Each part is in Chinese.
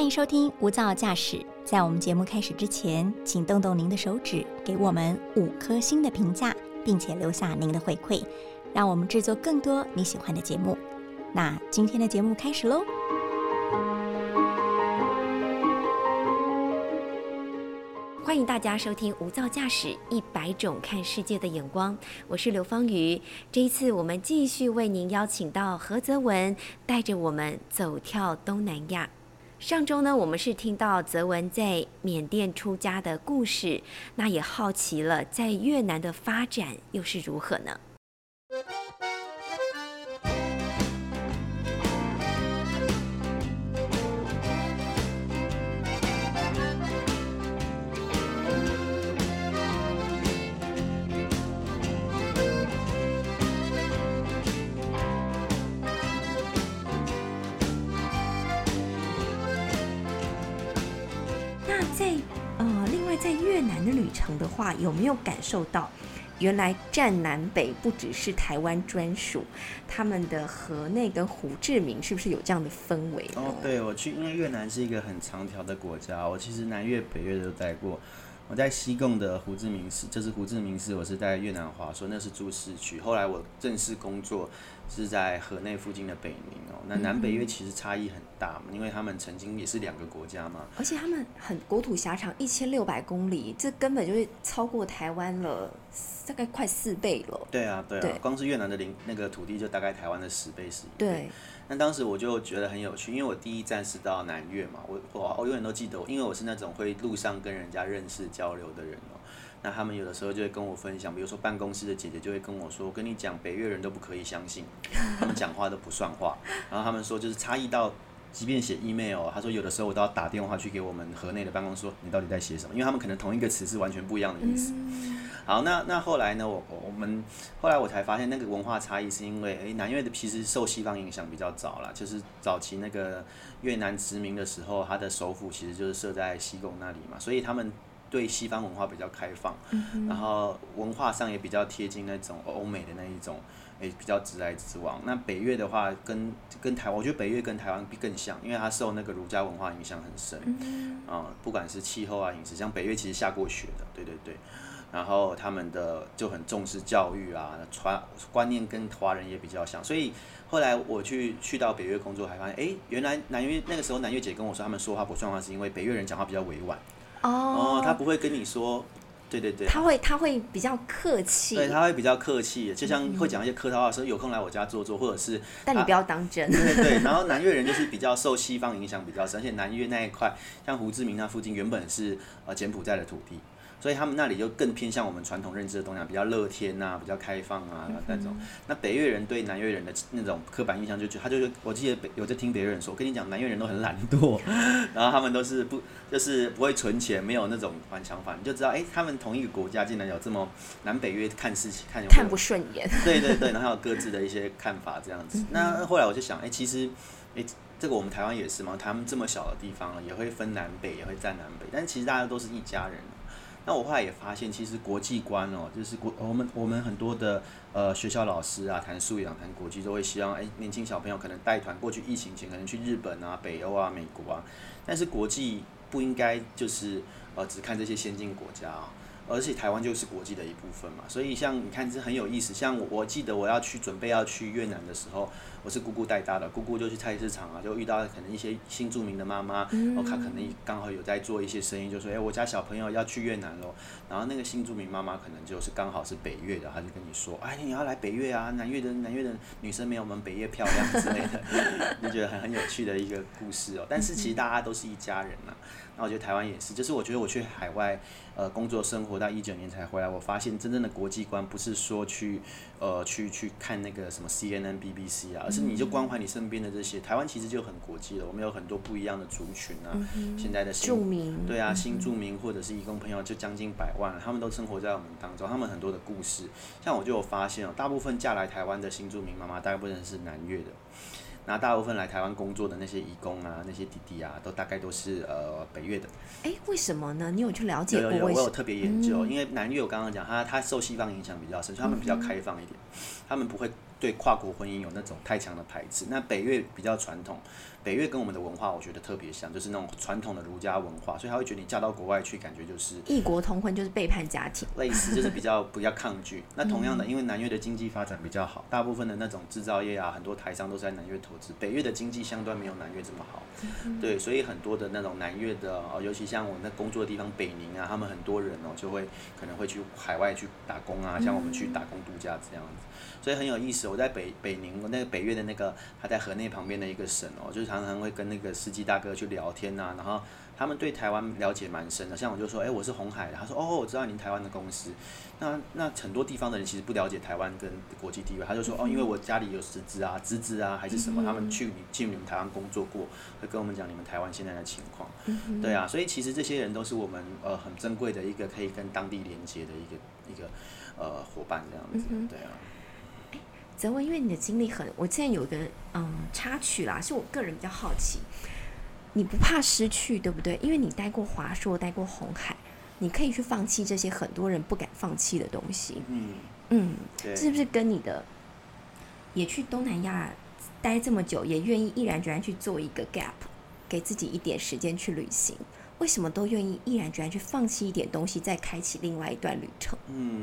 迎收听无噪驾驶。在我们节目开始之前，请动动您的手指，给我们5颗星的评价，并且留下您的回馈，让我们制作更多你喜欢的节目。那今天的节目开始咯。欢迎大家收听无噪驾驶100种看世界的眼光，我是刘芳瑜。这一次我们继续为您邀请到何泽文，带着我们走跳东南亚。上周呢，我们是听到泽文在缅甸出家的故事，那也好奇了在越南的发展又是如何呢？另外在越南的旅程的话，有没有感受到原来战南北不只是台湾专属，他们的河内跟胡志明是不是有这样的氛围呢？ 对，我去，因为越南是一个很长条的国家，我其实南越北越都待过。我在西贡的胡志明市，就是胡志明市，我是在越南华硕，那是住市区。后来我正式工作是在河内附近的北宁那南北越其实差异很大嘛，因为他们曾经也是2个国家嘛， 而且他们很国土狭长1600公里，这根本就是超过台湾了，大概快4倍了。 对啊，光是越南的那个土地就大概台湾的10倍11倍。 对。 那当时我就觉得很有趣，因为我第一站是到南越嘛，我永远都记得，因为我是那种会路上跟人家认识交流的人那他们有的时候就会跟我分享，比如说办公室的姐姐就会跟我说，我跟你讲，北越人都不可以相信，他们讲话都不算话，然后他们说就是差异到，即便写 email， 他说有的时候我都要打电话去给我们河内的办公室说，你到底在写什么？因为他们可能同一个词是完全不一样的意思。好，那后来呢？后来我才发现那个文化差异是因为，南越的其实受西方影响比较早啦，就是早期那个越南殖民的时候，它的首府其实就是设在西贡那里嘛，所以他们对西方文化比较开放，然后文化上也比较贴近那种欧美的那一种，比较直来直往。那北越的话跟台湾，我觉得北越跟台湾更像，因为它受那个儒家文化影响很深，不管是气候啊、饮食，像北越其实下过雪的，对。然后他们的就很重视教育啊，观念跟华人也比较像，所以后来我去到北越工作，还发现，原来南越那个时候南越姐跟我说，他们说话不算话，是因为北越人讲话比较委婉。他不会跟你说，对， 他会比较客气， 对，他会比较客气，就像会讲一些客套话，说有空来我家坐坐，或者是， 但你不要当真。 对，然后南越人就是比较受西方影响比较深，而且南越那一块，像胡志明那附近原本是柬埔寨的土地。所以他们那里就更偏向我们传统认知的东西，比较乐天啊，比较开放啊那种。那北越人对南越人的那种刻板印象我记得有在听北越人说，我跟你讲，南越人都很懒惰，然后他们都是就是不会存钱，没有那种顽强法，你就知道，他们同一个国家竟然有这么南北越看事情看不顺眼。 对，然后还有各自的一些看法这样子。那后来我就想，其实，这个我们台湾也是嘛，台湾这么小的地方也会分南北，也会占南北，但其实大家都是一家人。那我后来也发现，其实国际观就是我们很多的学校老师啊，谈素养、谈国际，都会希望年轻小朋友可能带团过去，疫情前可能去日本啊、北欧啊、美国啊，但是国际不应该就是只看这些先进国家而且台湾就是国际的一部分嘛，所以像你看这很有意思。像我记得我准备要去越南的时候，我是姑姑带大的，姑姑就去菜市场就遇到可能一些新住民的妈妈，她可能刚好有在做一些生意，就说我家小朋友要去越南咯。然后那个新住民妈妈可能就是刚好是北越的，她就跟你说，你要来北越啊，南越的女生没有我们北越漂亮之类的，就觉得很有趣的一个故事但是其实大家都是一家人那我觉得台湾也是，就是我觉得我去海外工作生活到19年才回来，我发现真正的国际观不是说去看那个什么 CNN、BBC 而是你就关怀你身边的这些。台湾其实就很国际了，我们有很多不一样的族群现在的住民， 对新住民或者是移工朋友就将近100万了，他们都生活在我们当中，他们很多的故事。像我就有发现大部分嫁来台湾的新住民妈妈，大部分是南越的。那大部分来台湾工作的那些移工啊，那些弟弟啊，大概都是北越的。 为什么呢？你有去了解过？ 我有特别研究，因为南越我刚刚讲，他受西方影响比较深，所以他们比较开放一点，他们不会对跨国婚姻有那种太强的排斥。那北越比较传统， 北越跟我们的文化我觉得特别像，就是那种传统的儒家文化，所以他会觉得你嫁到国外去，感觉就是异国同婚就是背叛家庭， 类似就是比较抗拒。那同样的，因为南越的经济发展比较好，大部分的那种制造业啊，很多台商都是在南越投资。北越的经济相对没有南越这么好，对，所以很多的那种南越的，尤其像我那工作的地方北宁啊，他们很多人就会可能会去海外去打工啊，像我们去打工度假这样子，所以很有意思。我在北宁那个北越的那个，他在河内旁边的一个省就是常常会跟那个司机大哥去聊天啊，然后他们对台湾了解蛮深的。像我就说，我是鸿海的，他说我知道您台湾的公司。那很多地方的人其实不了解台湾跟国际地位，他就说因为我家里有侄子啊、侄子啊还是什么，他们去你们台湾工作过，会跟我们讲你们台湾现在的情况。对啊，所以其实这些人都是我们很珍贵的一个可以跟当地连接的一个伙伴这样子。对啊。 泽文，因为你的经历我现在有一个插曲啦，是我个人比较好奇，你不怕失去，对不对？因为你待过华硕，待过鸿海，你可以去放弃这些很多人不敢放弃的东西。是不是跟你的也去东南亚待这么久，也愿意毅然决然去做一个 gap， 给自己一点时间去旅行？为什么都愿意毅然决然去放弃一点东西，再开启另外一段旅程？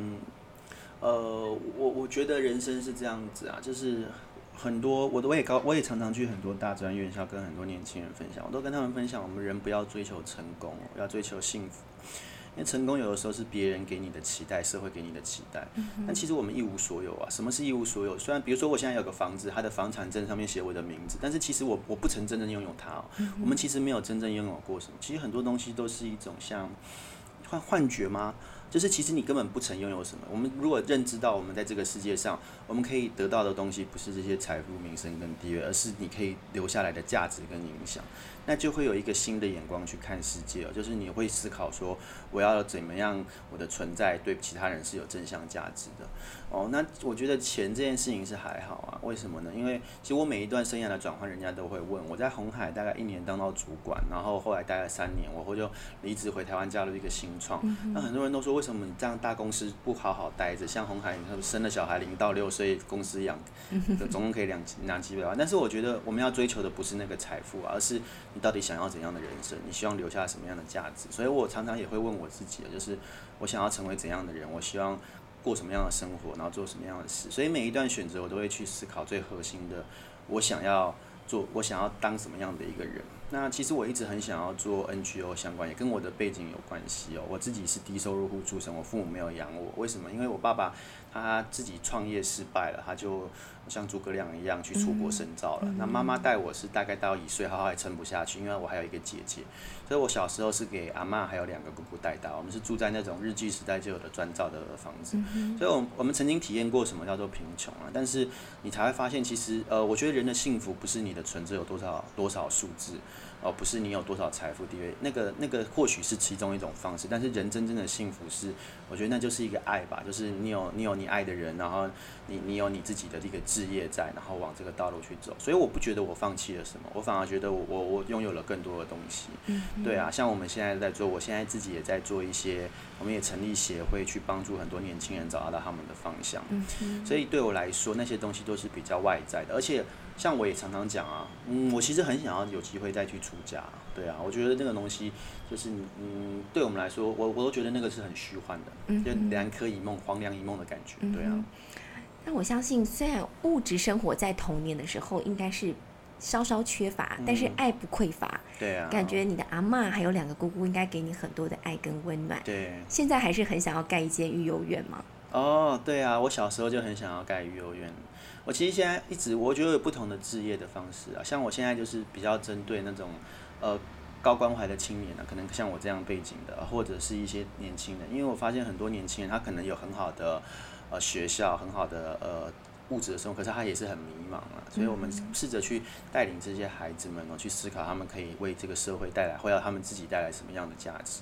我觉得人生是这样子啊，就是很多我也常常去很多大专院校跟很多年轻人分享，我都跟他们分享，我们人不要追求成功，要追求幸福。因为成功有的时候是别人给你的期待，社会给你的期待，但其实我们一无所有啊。什么是一无所有？虽然比如说我现在有个房子，它的房产证上面写我的名字，但是其实我不曾真正拥有它我们其实没有真正拥有过什么。其实很多东西都是一种像幻觉吗？就是其实你根本不曾拥有什么。我们如果认知到我们在这个世界上，我们可以得到的东西不是这些财富、名声跟地位，而是你可以留下来的价值跟影响。那就会有一个新的眼光去看世界就是你会思考说，我要怎么样，我的存在对其他人是有正向价值的。那我觉得钱这件事情是还好啊，为什么呢？因为其实我每一段生涯的转换，人家都会问。我在鸿海大概1年当到主管，然后后来大概3年，我就离职回台湾加入一个新创。那很多人都说，为什么你这样大公司不好好待着？像鸿海，你生了小孩0到6岁，公司养，总共可以两几百万。但是我觉得我们要追求的不是那个财富，而是你到底想要怎样的人生？你希望留下什么样的价值？所以我常常也会问我自己，就是我想要成为怎样的人？我希望过什么样的生活，然后做什么样的事？所以每一段选择，我都会去思考最核心的，我想要当什么样的一个人。那其实我一直很想要做 NGO 相关，也跟我的背景有关系我自己是低收入户出身，我父母没有养我。为什么？因为我爸爸他自己创业失败了，他就像诸葛亮一样去出国深造了。那妈妈带我是大概到1岁，她还撑不下去，因为我还有一个姐姐，所以我小时候是给阿嬷还有2个姑姑带大。我们是住在那种日据时代就有的砖造的房子，所以我们曾经体验过什么叫做贫穷但是你才会发现，其实我觉得人的幸福不是你的存折有多少数字。不是你有多少财富地位，那个或许是其中一种方式，但是人真正的幸福是，我觉得那就是一个爱吧，就是你有你爱的人，然后你有你自己的一个志业在，然后往这个道路去走。所以我不觉得我放弃了什么，我反而觉得我拥有了更多的东西。对啊，像我们现在在做，我现在自己也在做一些，我们也成立协会去帮助很多年轻人找到他们的方向。所以对我来说，那些东西都是比较外在的，而且像我也常常讲我其实很想要有机会再去出家。对啊，我觉得那个东西就是对我们来说，我都觉得那个是很虚幻的，就南柯一梦，黄粱一梦的感觉。对啊。 那我相信，虽然物质生活在童年的时候应该是稍稍缺乏，但是爱不匮乏。 对啊。 感觉你的阿嬷还有2个姑姑应该给你很多的爱跟温暖。 对。 现在还是很想要盖一间育幼院吗？ 对啊，我小时候就很想要盖育幼院。我其实现在我觉得有不同的置业的方式像我现在就是比较针对那种高关怀的青年可能像我这样背景的，或者是一些年轻人，因为我发现很多年轻人他可能有很好的学校，很好的物质的生活，可是他也是很迷茫所以我们试着去带领这些孩子们去思考他们可以为这个社会带来，或要他们自己带来什么样的价值。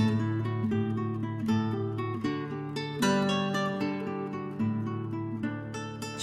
其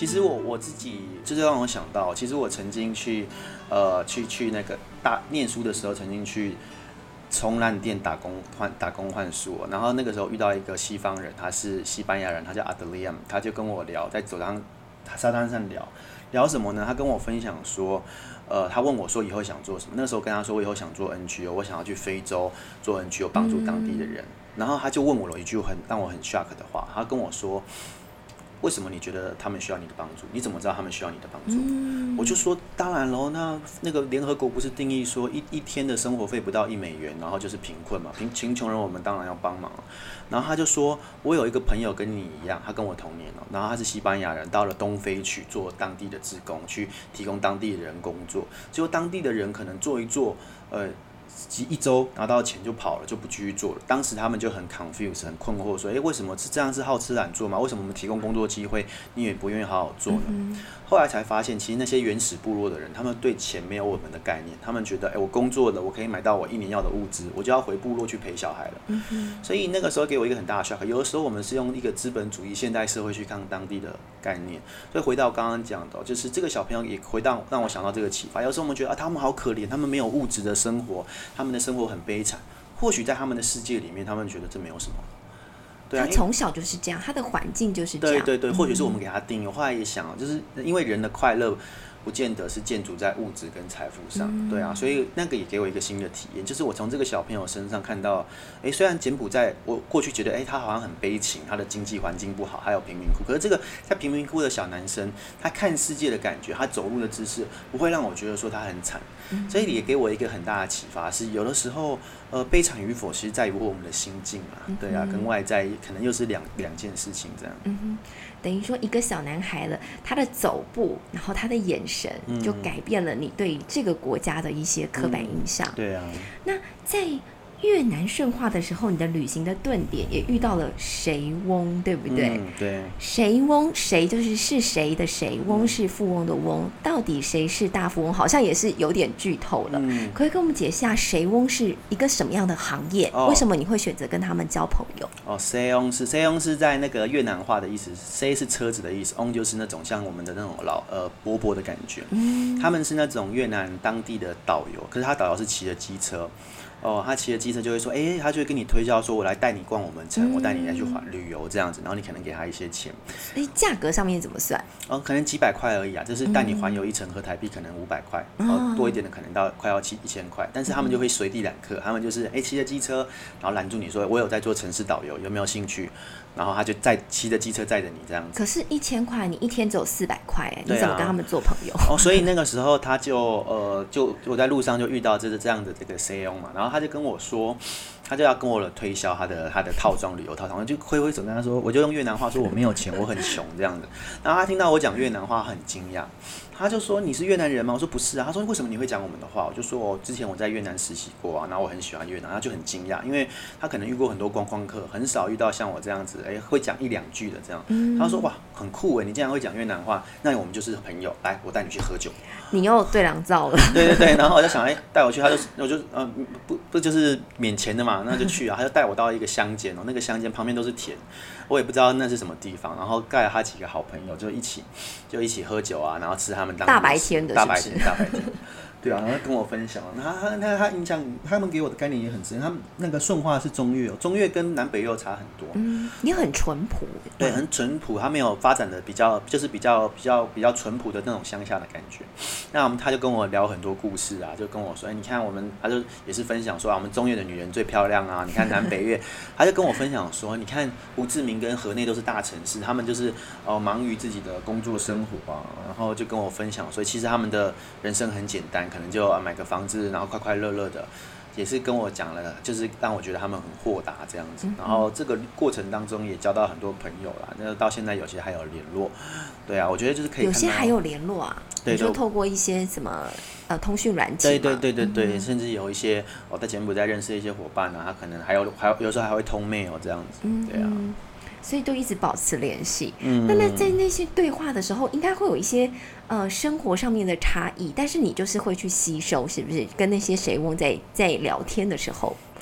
其实我自己就是让我想到，其实我曾经去那个念书的时候，曾经去冲浪店打工换宿，然后那个时候遇到一个西方人，他是西班牙人，他叫 Adrian， 他就跟我聊，在沙滩上聊什么呢？他跟我分享说，他问我说以后想做什么？那时候跟他说我以后想做 NGO， 我想要去非洲做 NGO， 帮助当地的人。然后他就问我了一句让我很 shock 的话，他跟我说，为什么你觉得他们需要你的帮助？你怎么知道他们需要你的帮助？我就说当然咯，那个联合国不是定义说一天的生活费不到$1，然后就是贫困嘛，贫穷人我们当然要帮忙。然后他就说，我有一个朋友跟你一样，他跟我同年然后他是西班牙人，到了东非去做当地的志工，去提供当地的人工作，结果当地的人可能做一做，一周拿到钱就跑了，就不继续做了。当时他们就很 confused， 很困惑，说：“为什么这样是好吃懒做吗？为什么我们提供工作机会，你也不愿意好好做呢？”后来才发现，其实那些原始部落的人，他们对钱没有我们的概念，他们觉得：“我工作了，我可以买到我1年要的物资，我就要回部落去陪小孩了。”所以那个时候给我一个很大的 shock。有的时候我们是用一个资本主义现代社会去看当地的概念。所以回到刚刚讲的，就是这个小朋友也让我想到这个启发。有时候我们觉得他们好可怜，他们没有物质的生活。他们的生活很悲惨，或许在他们的世界里面，他们觉得这没有什么。 对啊，他从小就是这样，他的环境就是这样。 对，或许是我们给他定义。我后来也想，就是因为人的快乐不见得是建筑在物质跟财富上，对啊，所以那个也给我一个新的体验，就是我从这个小朋友身上看到，虽然柬埔寨我过去觉得，他好像很悲情，他的经济环境不好，还有贫民窟，可是这个在贫民窟的小男生，他看世界的感觉，他走路的姿势，不会让我觉得说他很惨，所以也给我一个很大的启发，是有的时候，悲惨与否，其实在于我们的心境啊，对啊，跟外在可能又是两件事情这样。 等于说一个小男孩了，他的走步，然后他的眼神，就改变了你对这个国家的一些刻板印象。 对啊。 那在越南顺化的时候，你的旅行的顿点也遇到了谁翁，对不对？ 对。 谁翁，谁就是谁的谁，翁是富翁的翁，到底谁是大富翁？好像也是有点剧透了。可以跟我们解释下，谁翁是一个什么样的行业？为什么你会选择跟他们交朋友？ 谁翁是在那个越南话的意思，谁是车子的意思，翁就是那种像我们的那种伯伯的感觉。他们是那种越南当地的导游，可是他导游是骑着机车。他骑着机车就会说，他就会跟你推销说，我来带你逛我们城，我带你来去旅游这样子，然后你可能给他一些钱。 价格上面怎么算？ 可能几百块而已啊，就是带你环游一程，合台币可能500块，然后多一点的可能到快要1000块，但是他们就会随地揽客，他们就是骑着机车，然后拦住你说，我有在做城市导游，有没有兴趣？然后他就骑着机车载着你这样子。 可是1000块，你一天只有400块，你怎么跟他们做朋友？ 所以那个时候他就我在路上就遇到这样的这个 CEO 嘛，然后他就跟我说，他就要跟我推销他的套装旅游套装，我就挥手跟他说，我就用越南话说我没有钱，我很穷这样子。然后他听到我讲越南话很惊讶，他就说你是越南人吗？我说不是啊。他说为什么你会讲我们的话？我就说之前我在越南实习过啊，然后我很喜欢越南。他就很惊讶，因为他可能遇过很多观光客，很少遇到像我这样子会讲1-2句的这样。他说哇很酷你竟然会讲越南话，那我们就是朋友，来我带你去喝酒。 你又对狼照了。 对，然后我就想带我去，我就不就是免钱的嘛，那就去啊。他就带我到一个乡间那个乡间旁边都是田，我也不知道那是什么地方，然后带了他几个好朋友就一起喝酒啊，然后吃他们当地大白天的， 大白天。对啊，然后跟我分享，他印象，他们给我的概念也很深。他们那个顺化是中越，中越跟南北又差很多。 你很淳朴。 对，很淳朴，他没有发展的比较淳朴的那种乡下的感觉。那他就跟我聊很多故事啊，就跟我说，你看他就也是分享说我们中越的女人最漂亮啊，你看南北越，他就跟我分享说，你看胡志明跟河内都是大城市，他们就是忙于自己的工作生活啊，然后就跟我分享，所以其实他们的人生很简单。可能就买个房子，然后快快乐乐的，也是跟我讲了，就是让我觉得他们很豁达这样子。然后这个过程当中也交到很多朋友啦，那到现在有些还有联络。对啊，我觉得就是可以看到有些还有联络啊，你就透过一些什么通讯软件嘛。 对，甚至有一些我在柬埔寨认识一些伙伴啊，他可能还有时候还会通 mail 这样子。对啊。 所以都一直保持联系。那在那些对话的时候，应该会有一些生活上面的差异，但是你就是会去吸收，是不是？跟那些谁翁在聊天的时候，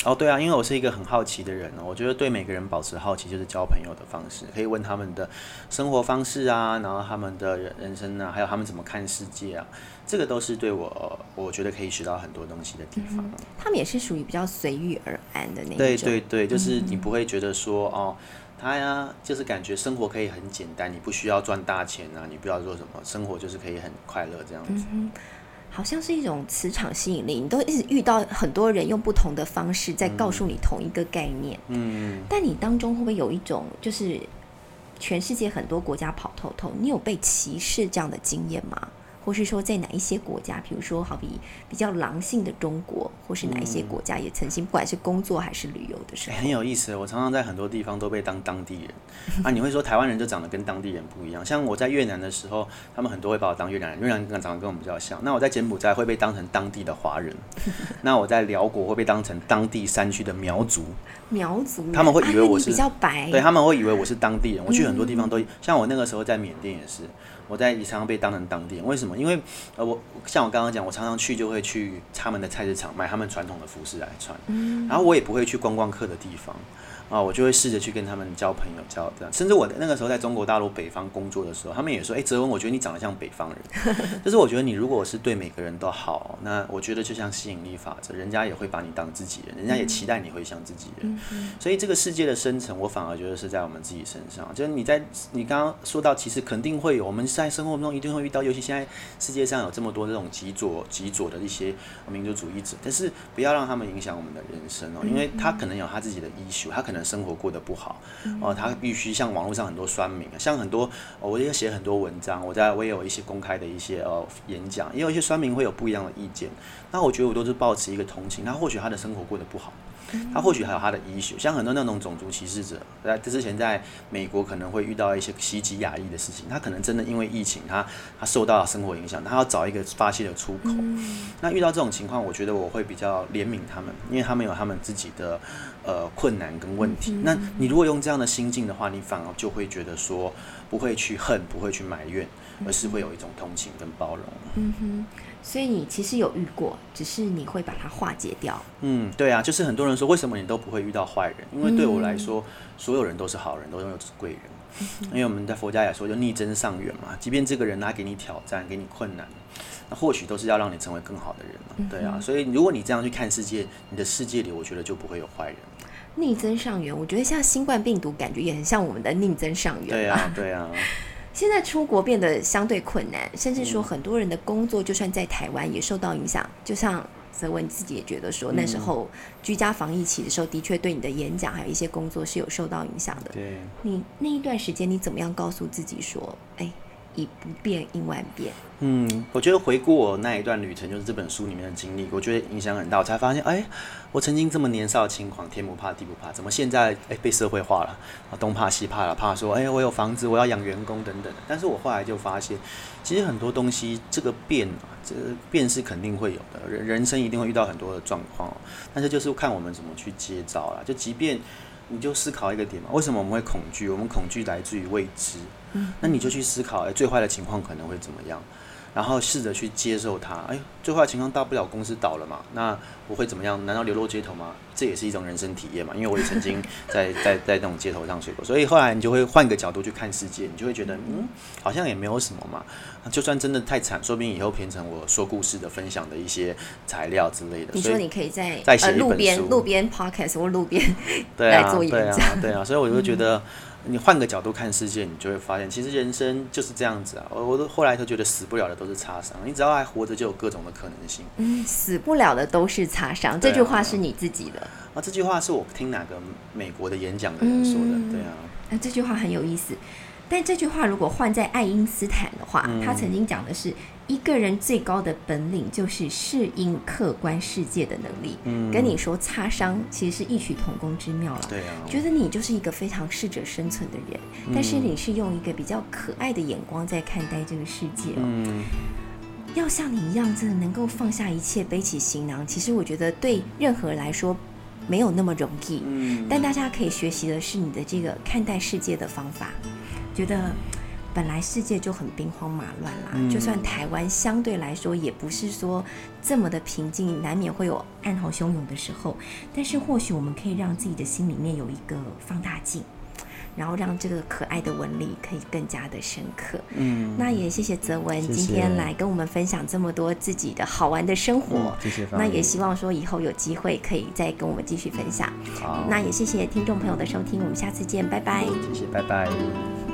哦，对啊，因为我是一个很好奇的人哦，我觉得对每个人保持好奇就是交朋友的方式，可以问他们的生活方式啊，然后他们的人生啊，还有他们怎么看世界啊，这个都是对我觉得可以学到很多东西的地方。 他们也是属于比较随遇而安的那一种。 对对对，就是你不会觉得说哦。他呀，就是感觉生活可以很简单，你不需要赚大钱啊，你不要做什么，生活就是可以很快乐这样子。 好像是一种磁场吸引力，你都一直遇到很多人用不同的方式在告诉你同一个概念。但你当中会不会有一种就是全世界很多国家跑透透，你有被歧视这样的经验吗？或是说在哪一些国家，比如说好比较狼性的中国，或是哪一些国家也曾经不管是工作还是旅游的时候， 很有意思。我常常在很多地方都被当地人啊。你会说台湾人就长得跟当地人不一样，像我在越南的时候，他们很多会把我当越南人，越南人长得跟我们比较像。那我在柬埔寨会被当成当地的华人，那我在辽国会被当成当地山区的苗族。他们会以为我是比较白， 对，他们会以为我是当地人。我去很多地方都，像我那个时候在缅甸也是。我常常被当成当地人，为什么？因为像我刚刚讲，我常常就会去他们的菜市场买他们传统的服饰来穿，然后我也不会去观光客的地方啊，我就会试着去跟他们交朋友，这样。甚至我那个时候在中国大陆北方工作的时候，他们也说：“哲文，我觉得你长得像北方人。”就是我觉得你如果是对每个人都好，那我觉得就像吸引力法则，人家也会把你当自己人，人家也期待你会像自己人。所以这个世界的深层，我反而觉得是在我们自己身上。就是你刚刚说到，其实肯定会有，我们在生活中一定会遇到，尤其现在世界上有这么多这种极左的一些民族主义者，但是不要让他们影响我们的人生哦，因为他可能有他自己的issue，他可能生活过得不好哦，他必须像网络上很多酸民，像很多我也写很多文章，我也有一些公开的一些演讲，也有一些酸民会有不一样的意见，那我觉得我都是抱持一个同情，他或许他的生活过得不好。他或许还有他的issue，像很多那种种族歧视者，在之前在美国可能会遇到一些袭击亚裔的事情，他可能真的因为疫情，他受到了生活影响，他要找一个发泄的出口。那遇到这种情况，我觉得我会比较怜悯他们，因为他们有他们自己的困难跟问题。那你如果用这样的心境的话，你反而就会觉得说不会去恨，不会去埋怨，而是会有一种同情跟包容。 所以你其实有遇过，只是你会把它化解掉。 对啊，就是很多人说为什么你都不会遇到坏人？因为对我来说，所有人都是好人，都有贵人。因为我们在佛家也说，就逆增上缘嘛。即便这个人他给你挑战，给你困难，那或许都是要让你成为更好的人嘛。对啊，所以如果你这样去看世界，你的世界里，我觉得就不会有坏人。 逆增上缘，我觉得像新冠病毒，感觉也很像我们的逆增上缘。 对啊。 现在出国变得相对困难，甚至说很多人的工作就算在台湾也受到影响。就像泽文自己也觉得说，那时候居家防疫期的时候，的确对你的演讲还有一些工作是有受到影响的。 对， 你那一段时间你怎么样告诉自己说，以不变应万变？ 我觉得回顾我那一段旅程，就是这本书里面的经历，我觉得影响很大。我才发现，我曾经这么年少轻狂，天不怕地不怕，怎么现在被社会化了，东怕西怕了，怕说我有房子，我要养员工等等。但是我后来就发现，其实很多东西这个变是肯定会有的，人生一定会遇到很多的状况，但是就是看我们怎么去接招啦。就即便你就思考一个点嘛，为什么我们会恐惧？我们恐惧来自于未知。那你就去思考，最坏的情况可能会怎么样？然后试着去接受它。最坏的情况大不了公司倒了嘛，那我会怎么样？难道流落街头吗？这也是一种人生体验嘛。因为我也曾经在那种街头上睡过，所以后来你就会换个角度去看世界，你就会觉得好像也没有什么嘛。就算真的太惨，说不定以后变成我说故事的分享的一些材料之类的。 你说你可以在写一本书， 路边 podcast 或路边来做演讲。 对啊，所以我就觉得。你换个角度看世界，你就会发现，其实人生就是这样子啊。我后来就觉得死不了的都是擦伤，你只要还活着，就有各种的可能性。 死不了的都是擦伤，这句话是你自己的。 这句话是我听哪个美国的演讲的人说的，对啊。 这句话很有意思，但这句话如果换在爱因斯坦的话，他曾经讲的是，一个人最高的本领就是适应客观世界的能力。跟你说擦伤其实是异曲同工之妙了。 对啊， 觉得你就是一个非常适者生存的人，但是你是用一个比较可爱的眼光在看待这个世界要像你一样真的能够放下一切背起行囊，其实我觉得对任何人来说没有那么容易。但大家可以学习的是你的这个看待世界的方法，觉得本来世界就很兵荒马乱啦，就算台湾相对来说也不是说这么的平静，难免会有暗潮汹涌的时候，但是或许我们可以让自己的心里面有一个放大镜，然后让这个可爱的纹理可以更加的深刻。那也谢谢泽文今天来跟我们分享这么多自己的好玩的生活。 谢谢。 那也希望说以后有机会可以再跟我们继续分享。那也谢谢听众朋友的收听，我们下次见，拜拜。 谢谢，拜拜。